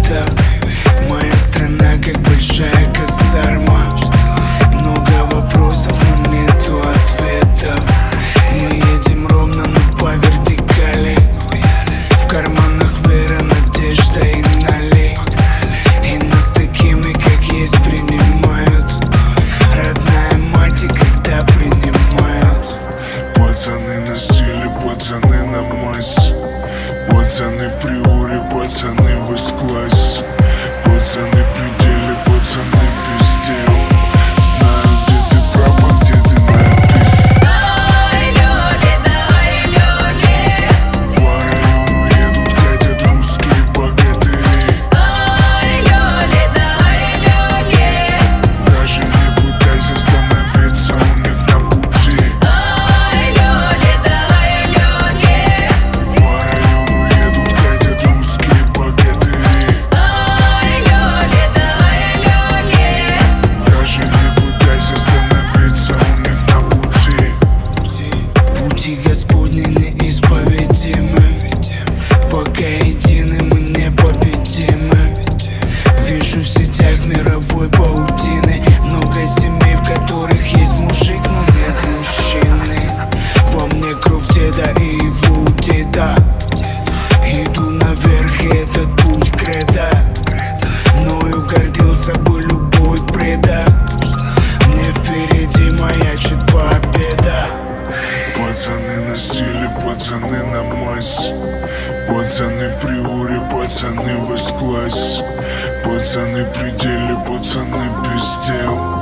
ответов. Моя страна как большая казарма. Много вопросов, но нету ответов. Мы едем ровно, но по вертикали. В карманах вера, надежда и налей. И нас такими, как есть, принимают. Родная мать, и когда принимают. Пацаны на стиле, пацаны на массе. Пацаны в приоре, пацаны в эс-классе. Пацаны в пределе, пацаны пиздел. Знаю, где ты права, где ты напись. Ай, лёли, да ай, лёли. По району едут, катят русские богатыри. Ай, лёли, да ай, лёли. Даже не пытайся становиться у них на пути. Ай, лёли, да ай, лёли. По району едут, катят русские богатыри. Ай, лёли, да ай, лёли. Даже не пытайся становиться у них на пути. Пути Господни неисповедимы. Пока едины мы непобедимы. Вижу в сетях мировой паутины много семей, в которых есть мужик, но нет мужчины. Во мне кровь деда и его деда. Иду наверх, и этот путь кредо. Мною гордился бы любой предок. Мне впереди маячит победа. Пацаны на стиле, пацаны на массе. Пацаны в приоре, пацаны в эс-классе. Пацаны в пределе, пацаны без дел.